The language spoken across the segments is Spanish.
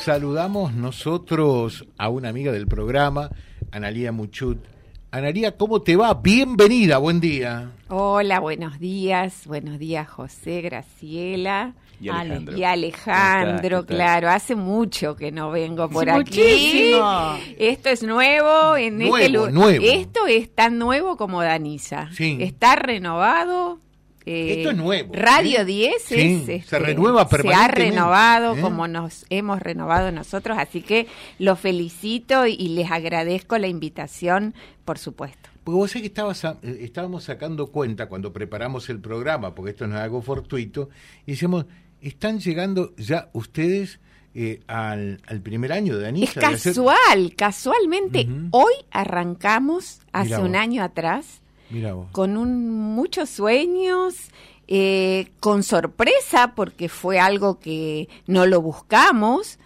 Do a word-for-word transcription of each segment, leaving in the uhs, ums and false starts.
saludamos nosotros a una amiga del programa, Analía Muchut. Analía, ¿cómo te va? Bienvenida, buen día. Hola, buenos días, buenos días José, Graciela y Alejandro. Y Alejandro, claro, hace mucho que no vengo por hace aquí. Muchísimo. Esto es nuevo en nuevo, este lugar. Nuevo. Esto es tan nuevo como Danisa. Sí. Está renovado. Eh, Esto es nuevo. Radio ¿sí? diez sí, es, se este, renueva permanentemente. Se ha renovado ¿eh? como nos hemos renovado nosotros, así que los felicito y, y les agradezco la invitación, por supuesto. Porque vos sabés que estabas a, eh, estábamos sacando cuenta cuando preparamos el programa, porque esto no es algo fortuito, y decíamos, están llegando ya ustedes eh, al, al primer año de Danisa. Es casual, hacer... casualmente, uh-huh. Hoy arrancamos, hace Mirá un vos. año atrás, Mirá vos. Con un, muchos sueños, eh, con sorpresa, porque fue algo que no lo buscamos,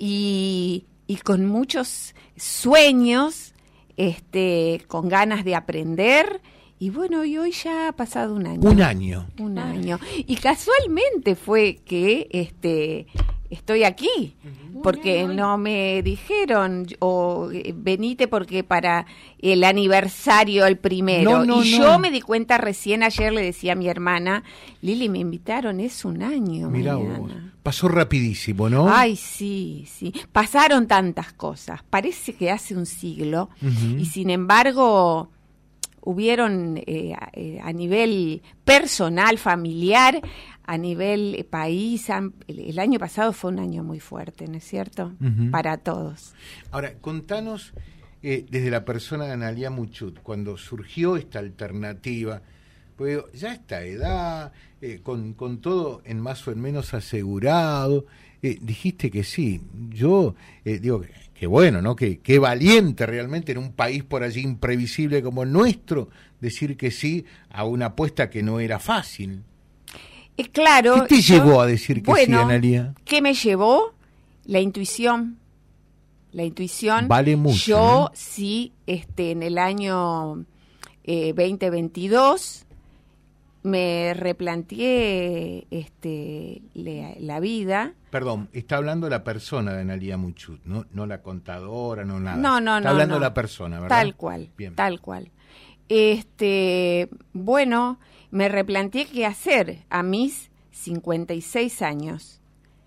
y, y con muchos sueños, este, con ganas de aprender, y bueno, y hoy ya ha pasado un año. Un año. Un año. Y casualmente fue que este estoy aquí, uh-huh. Porque no me dijeron, o venite porque para el aniversario, el primero. No, no, y no. yo me di cuenta recién ayer, le decía a mi hermana, Lili, me invitaron, es un año. Mirá mañana. vos. Pasó rapidísimo, ¿no? Ay, sí, sí. Pasaron tantas cosas. Parece que hace un siglo. Uh-huh. Y sin embargo, hubieron eh, a, eh, a nivel personal, familiar, a nivel eh, país, el, el año pasado fue un año muy fuerte, ¿no es cierto? Uh-huh. Para todos. Ahora, contanos eh, desde la persona de Analía Muchut, cuando surgió esta alternativa, pues ya a esta edad, eh, con, con todo en más o en menos asegurado, eh, dijiste que sí. Yo eh, digo que, que bueno, ¿no? Que, que valiente realmente en un país por allí imprevisible como el nuestro, decir que sí a una apuesta que no era fácil. Eh, claro. ¿Qué te yo, llevó a decir que bueno, sí, Analía? ¿Qué me llevó? La intuición. La intuición. Vale mucho. Yo ¿eh? sí, este, en el año eh, veinte veintidós me replanteé este, la, la vida. Perdón, está hablando la persona de Analía Muchut, no, no la contadora, no nada. No, no, está no. hablando no. la persona, ¿verdad? Tal cual, Bien. tal cual. Este, bueno, me replanteé qué hacer a mis cincuenta y seis años.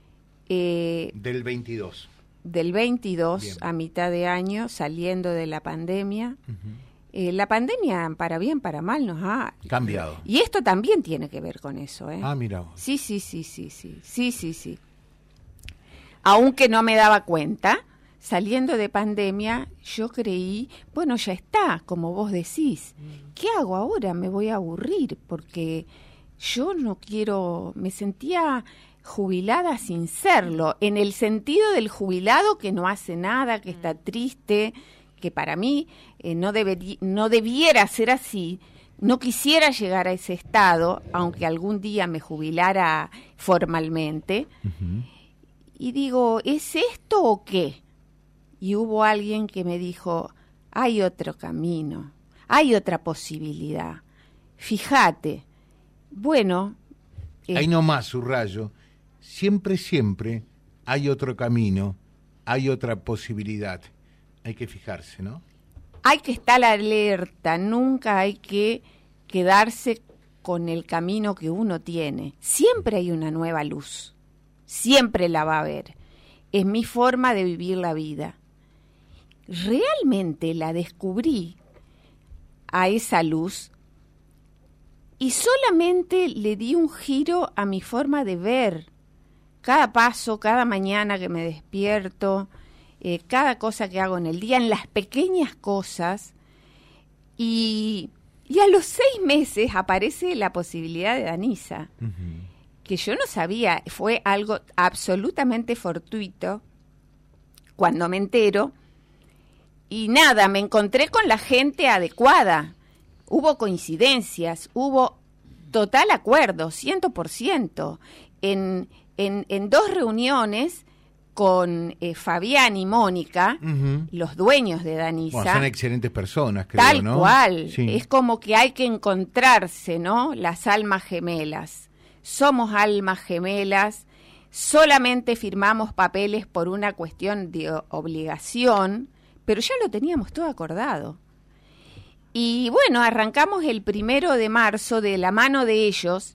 Eh, del veintidós. Del veintidós, bien. A mitad de año, saliendo de la pandemia. Uh-huh. Eh, la pandemia, para bien, para mal, nos ha cambiado. Y esto también tiene que ver con eso, ¿eh? Ah, mira vos. Sí, sí, sí, sí, sí, sí, sí, sí. Aunque no me daba cuenta, saliendo de pandemia, yo creí, bueno, ya está, como vos decís. ¿Qué hago ahora? Me voy a aburrir, porque yo no quiero, me sentía jubilada sin serlo, en el sentido del jubilado que no hace nada, que está triste, que para mí eh, no, deberí, no debiera ser así. No quisiera llegar a ese estado, aunque algún día me jubilara formalmente. Uh-huh. Y digo, ¿es esto o qué? Y hubo alguien que me dijo, hay otro camino, hay otra posibilidad. Fíjate. Bueno. Eh, Ahí nomás, subrayo. Siempre, siempre hay otro camino, hay otra posibilidad. Hay que fijarse, ¿no? Hay que estar alerta, nunca hay que quedarse con el camino que uno tiene. Siempre hay una nueva luz, siempre la va a haber. Es mi forma de vivir la vida. Realmente la descubrí a esa luz y solamente le di un giro a mi forma de ver. Cada paso, cada mañana que me despierto, eh, cada cosa que hago en el día, en las pequeñas cosas, y, y a los seis meses aparece la posibilidad de Danisa, uh-huh. que yo no sabía, fue algo absolutamente fortuito cuando me entero, y nada, me encontré con la gente adecuada, hubo coincidencias, hubo total acuerdo, ciento por ciento, en, en, en dos reuniones con eh, Fabián y Mónica, uh-huh. los dueños de Danisa. Bueno, son excelentes personas, creo, tal ¿no? cual, sí. Es como que hay que encontrarse, ¿no? Las almas gemelas. Somos almas gemelas solamente firmamos papeles por una cuestión de obligación, pero ya lo teníamos todo acordado. Y bueno, arrancamos el primero de marzo de la mano de ellos.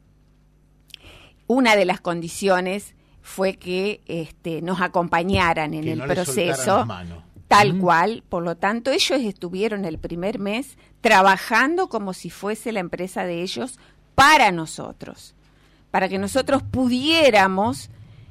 Una de las condiciones fue que este, nos acompañaran en que el no proceso, manos. tal mm. cual. Por lo tanto, ellos estuvieron el primer mes trabajando como si fuese la empresa de ellos para nosotros, para que nosotros pudiéramos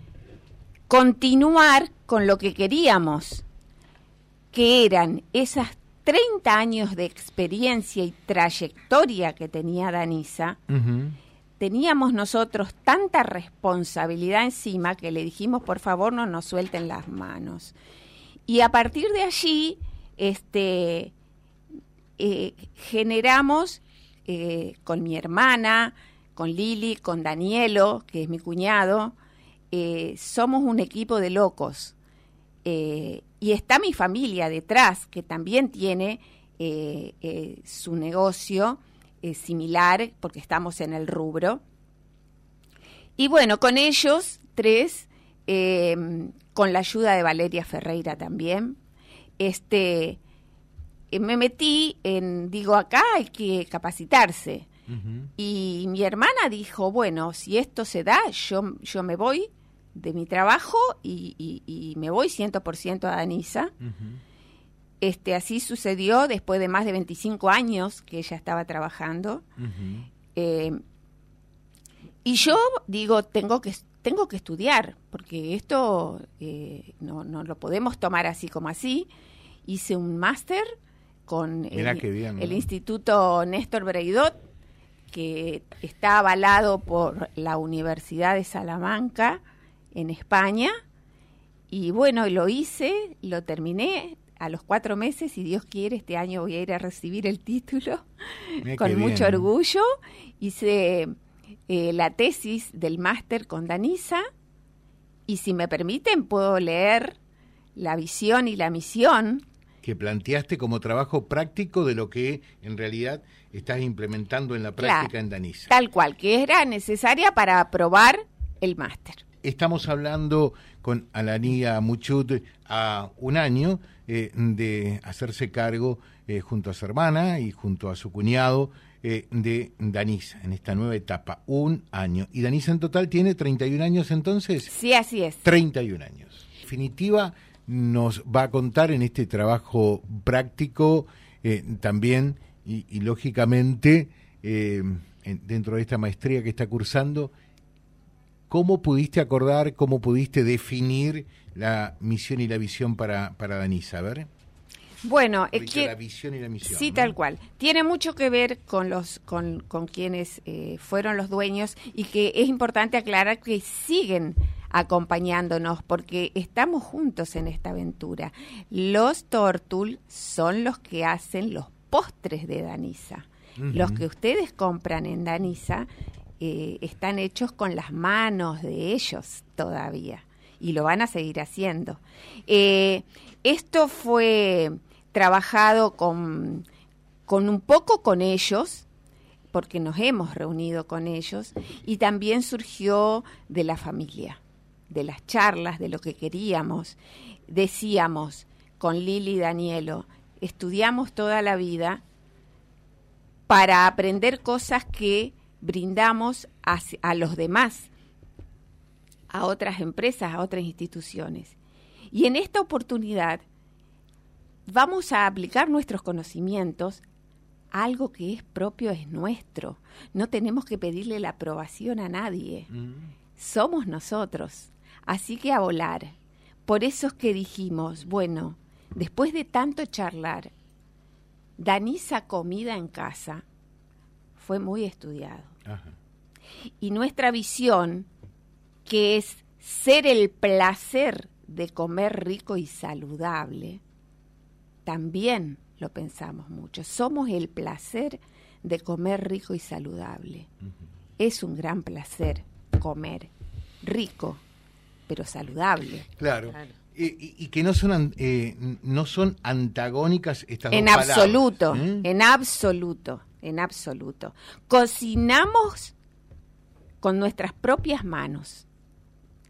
continuar con lo que queríamos, que eran esas treinta años de experiencia y trayectoria que tenía Danisa. Uh-huh. Teníamos nosotros tanta responsabilidad encima que le dijimos, por favor, no nos suelten las manos. Y a partir de allí, este, eh, generamos eh, con mi hermana, con Lili, con Danielo, que es mi cuñado, eh, somos un equipo de locos. Eh, y está mi familia detrás, que también tiene eh, eh, su negocio eh, similar, porque estamos en el rubro. Y bueno, con ellos tres, eh, con la ayuda de Valeria Ferreira también, este, eh, me metí en, digo, acá hay que capacitarse. Uh-huh. Y mi hermana dijo, bueno, si esto se da, yo, yo me voy de mi trabajo y, y, y me voy cien por ciento a Danisa. Uh-huh. Este, así sucedió después de más de veinticinco años que ella estaba trabajando. Uh-huh. Eh, y yo digo, tengo que, tengo que estudiar, porque esto eh, no, no lo podemos tomar así como así. Hice un máster con el, bien, el Instituto Néstor Breidot, que está avalado por la Universidad de Salamanca, en España, y bueno, lo hice, lo terminé a los cuatro meses, y Dios quiere, este año voy a ir a recibir el título. Mira, con mucho bien. Orgullo. Hice eh, la tesis del máster con Danisa, y si me permiten puedo leer la visión y la misión que planteaste como trabajo práctico de lo que en realidad estás implementando en la práctica, claro, en Danisa. Tal cual, que era necesaria para aprobar el máster. Estamos hablando con Alanía Muchut a un año eh, de hacerse cargo eh, junto a su hermana y junto a su cuñado eh, de Danisa en esta nueva etapa. Un año. ¿Y Danisa en total tiene treinta y un años entonces? Sí, así es. treinta y un años. En definitiva, nos va a contar en este trabajo práctico eh, también y, y lógicamente eh, en, dentro de esta maestría que está cursando, ¿cómo pudiste acordar, cómo pudiste definir la misión y la visión para, para Danisa? A ver. Bueno, es que la visión y la misión. Sí, ¿no? Tal cual. Tiene mucho que ver con los con, con quienes eh, fueron los dueños, y que es importante aclarar que siguen acompañándonos porque estamos juntos en esta aventura. Los Tortul son los que hacen los postres de Danisa. Uh-huh. Los que ustedes compran en Danisa Eh, están hechos con las manos de ellos todavía, y lo van a seguir haciendo. Eh, esto fue trabajado con, con un poco con ellos, porque nos hemos reunido con ellos, y también surgió de la familia, de las charlas, de lo que queríamos. Decíamos con Lili y Danielo, estudiamos toda la vida para aprender cosas que brindamos a, a los demás, a otras empresas, a otras instituciones. Y en esta oportunidad vamos a aplicar nuestros conocimientos a algo que es propio, es nuestro. No tenemos que pedirle la aprobación a nadie. Mm. Somos nosotros. Así que a volar. Por eso es que dijimos, bueno, después de tanto charlar, Danisa Comida en Casa fue muy estudiado. Ajá. Y nuestra visión, que es ser el placer de comer rico y saludable, también lo pensamos mucho. Somos el placer de comer rico y saludable. Uh-huh. Es un gran placer comer rico, pero saludable. Claro. claro. Y, y que no son eh, no son antagónicas estas en dos absoluto, palabras. ¿Eh? En absoluto. En absoluto. Cocinamos con nuestras propias manos.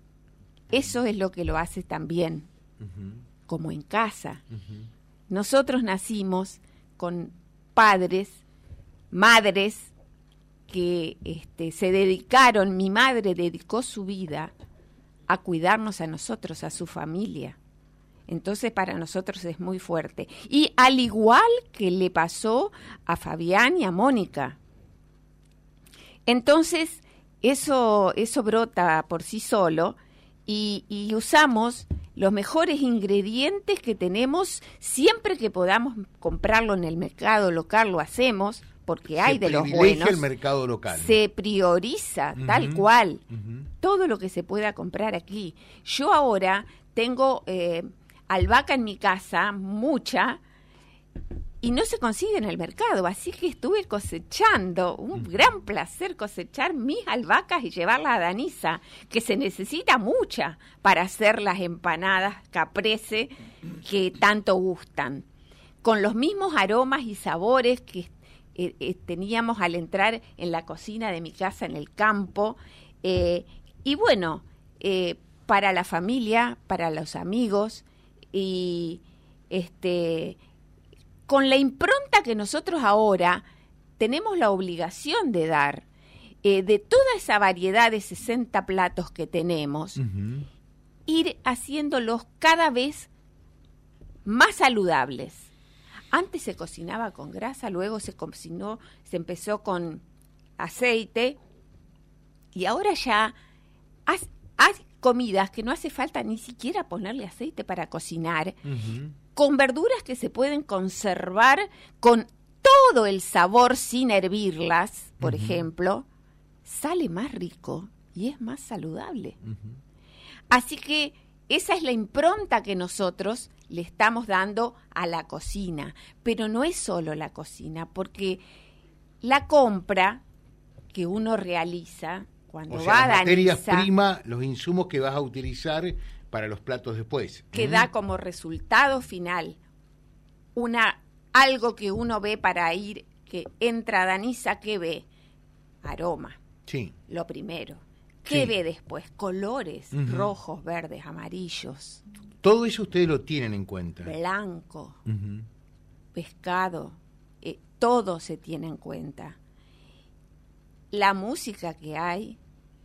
Eso es lo que lo hace también, Ujú. como en casa. Ujú. Nosotros nacimos con padres, madres, que este, se dedicaron, mi madre dedicó su vida a cuidarnos a nosotros, a su familia. Entonces para nosotros es muy fuerte. Y al igual que le pasó a Fabián y a Mónica. Entonces eso, eso brota por sí solo y, y usamos los mejores ingredientes que tenemos siempre que podamos comprarlo en el mercado local, lo hacemos, porque hay de los buenos. el mercado local. Se prioriza, Uh-huh. tal cual, Uh-huh. todo lo que se pueda comprar aquí. Yo ahora tengo eh, albahaca en mi casa, mucha, y no se consigue en el mercado, así que estuve cosechando, un uh-huh. gran placer cosechar mis albahacas y llevarlas a Danisa, que se necesita mucha para hacer las empanadas caprese que tanto gustan, con los mismos aromas y sabores que eh, eh, teníamos al entrar en la cocina de mi casa en el campo, eh, y bueno, eh, para la familia, para los amigos, y este... con la impronta que nosotros ahora tenemos la obligación de dar, eh, de toda esa variedad de sesenta platos que tenemos, uh-huh. ir haciéndolos cada vez más saludables. Antes se cocinaba con grasa, luego se cocinó, se empezó con aceite, y ahora ya hay, hay comidas que no hace falta ni siquiera ponerle aceite para cocinar, uh-huh. con verduras que se pueden conservar con todo el sabor sin hervirlas, por uh-huh. ejemplo, sale más rico y es más saludable. Uh-huh. Así que esa es la impronta que nosotros le estamos dando a la cocina. Pero no es solo la cocina, porque la compra que uno realiza cuando o sea, va a las materias Danisa, primas, los insumos que vas a utilizar para los platos después. Que ¿Mm? da como resultado final una algo que uno ve para ir, que entra a Danisa, ¿qué ve? Aroma. Sí. Lo primero. ¿Qué sí. ve después? Colores, uh-huh. rojos, verdes, amarillos. Todo eso ustedes lo tienen en cuenta. Blanco, uh-huh. pescado, eh, todo se tiene en cuenta. La música que hay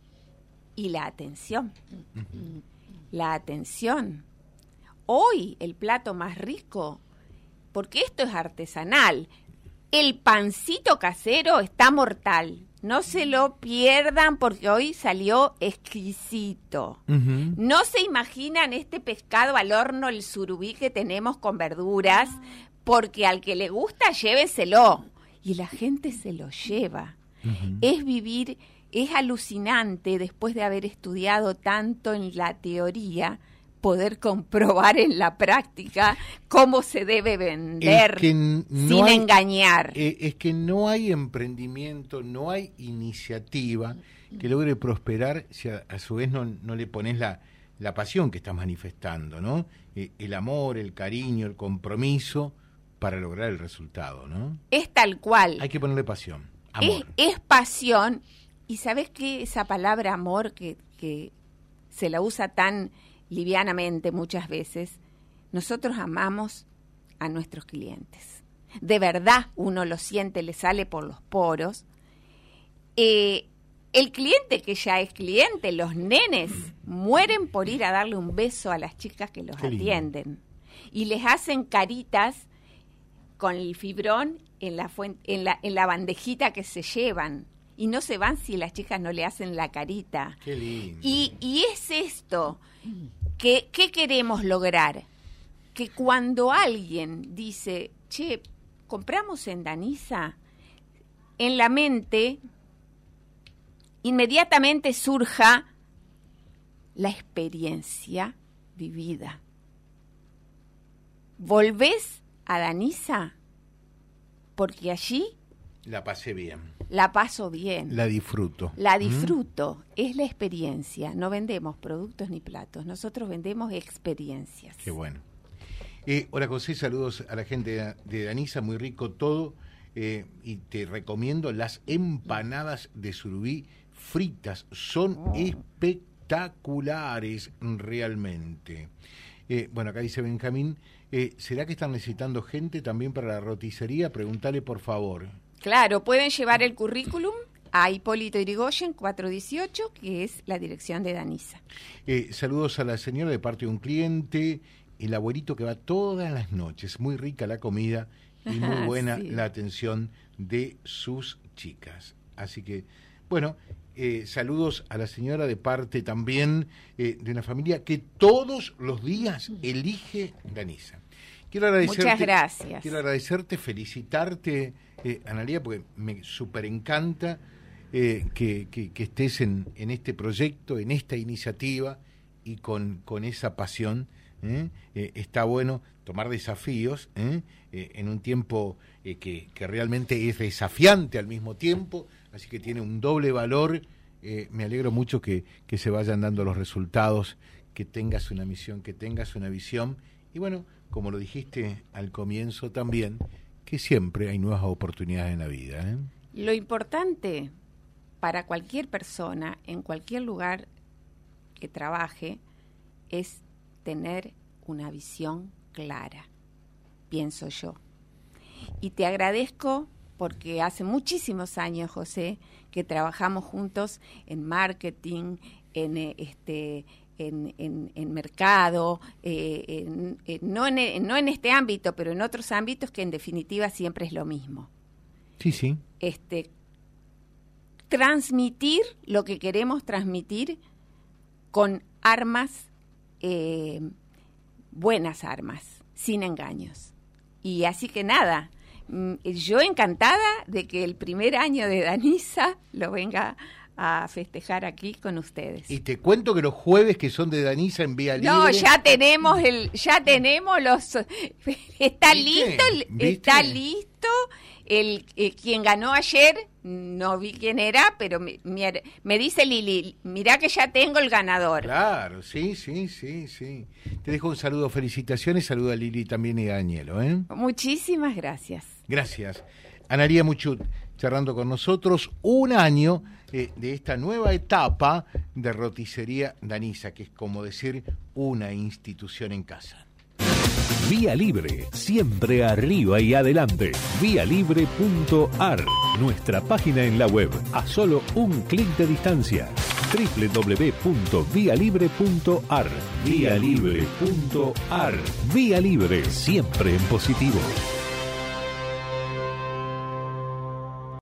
y la atención. Uh-huh. La atención. Hoy el plato más rico, porque esto es artesanal, el pancito casero está mortal. No se lo pierdan porque hoy salió exquisito. Uh-huh. No se imaginan este pescado al horno, el surubí que tenemos con verduras, porque al que le gusta, llévenselo. Y la gente se lo lleva. Uh-huh. Es vivir, es alucinante después de haber estudiado tanto en la teoría, poder comprobar en la práctica cómo se debe vender es que no sin hay, engañar. Eh, es que no hay emprendimiento, no hay iniciativa que logre prosperar si a, a su vez no, no le pones la, la pasión que estás manifestando, ¿no? Eh, el amor, el cariño, el compromiso para lograr el resultado, ¿no? Es tal cual. Hay que ponerle pasión, amor. Es, es pasión, y ¿sabés qué? Esa palabra amor que, que se la usa tan livianamente muchas veces, nosotros amamos a nuestros clientes. De verdad uno lo siente, le sale por los poros. Eh, el cliente que ya es cliente, los nenes, mueren por ir a darle un beso a las chicas que los Qué atienden. Lindo. Y les hacen caritas con el fibrón en la, fuente, en la, en la bandejita que se llevan. Y no se van si las chicas no le hacen la carita. Qué lindo. Y, y es esto. ¿Qué, ¿Qué queremos lograr? Que cuando alguien dice, che, compramos en Danisa, en la mente inmediatamente surja la experiencia vivida. ¿Volvés a Danisa? Porque allí la pasé bien. La paso bien. La disfruto. La disfruto. ¿Mm? Es la experiencia. No vendemos productos ni platos. Nosotros vendemos experiencias. Qué bueno. Eh, hola José, saludos a la gente de, de Danisa. Muy rico todo. Eh, y te recomiendo las empanadas de surubí fritas. Son oh. espectaculares. espectaculares realmente. Eh, bueno, acá dice Benjamín, eh, ¿será que están necesitando gente también para la roticería? Pregúntale por favor. Claro, pueden llevar el currículum a Hipólito Yrigoyen cuatrocientos dieciocho, que es la dirección de Danisa. Eh, saludos a la señora de parte de un cliente, el abuelito que va todas las noches, muy rica la comida y muy buena sí. la atención de sus chicas. Así que, bueno, eh, saludos a la señora de parte también eh, de una familia que todos los días elige Danisa. Quiero agradecerte, Muchas gracias. Quiero agradecerte, felicitarte, eh, Analía, porque me súper encanta eh, que, que, que estés en, en este proyecto, en esta iniciativa y con, con esa pasión. ¿eh? Eh, está bueno tomar desafíos ¿eh? Eh, en un tiempo eh, que, que realmente es desafiante al mismo tiempo, así que tiene un doble valor. Eh, me alegro mucho que, que se vayan dando los resultados, que tengas una misión, que tengas una visión y bueno, como lo dijiste al comienzo también, que siempre hay nuevas oportunidades en la vida. ¿eh? Lo importante para cualquier persona, en cualquier lugar que trabaje, es tener una visión clara, pienso yo. Y te agradezco porque hace muchísimos años, José, que trabajamos juntos en marketing, en este... En, en, en mercado, eh, en, en, no, en, no en este ámbito, pero en otros ámbitos que en definitiva siempre es lo mismo. Sí, sí. Este, transmitir lo que queremos transmitir con armas, eh, buenas armas, sin engaños. Y así que nada, yo encantada de que el primer año de Danisa lo venga a festejar aquí con ustedes. Y te cuento que los jueves que son de Danisa en Vía Libre... No, ya tenemos el, ya tenemos los... Está ¿Viste? listo, ¿Viste? está listo. El eh, quien ganó ayer, no vi quién era, pero me, me, me dice Lili, mirá que ya tengo el ganador. Claro, sí, sí, sí, sí. Te dejo un saludo, felicitaciones, saludo a Lili también y a Danielo, ¿eh? Muchísimas gracias. Gracias. Analía Muchut, charlando con nosotros un año eh, de esta nueva etapa de roticería Danisa, que es como decir una institución en casa. Vía Libre, siempre arriba y adelante. vía libre punto a r, nuestra página en la web, a solo un clic de distancia. doble u doble u doble u punto vía libre punto a r. vía libre punto a r. Vía Libre, siempre en positivo.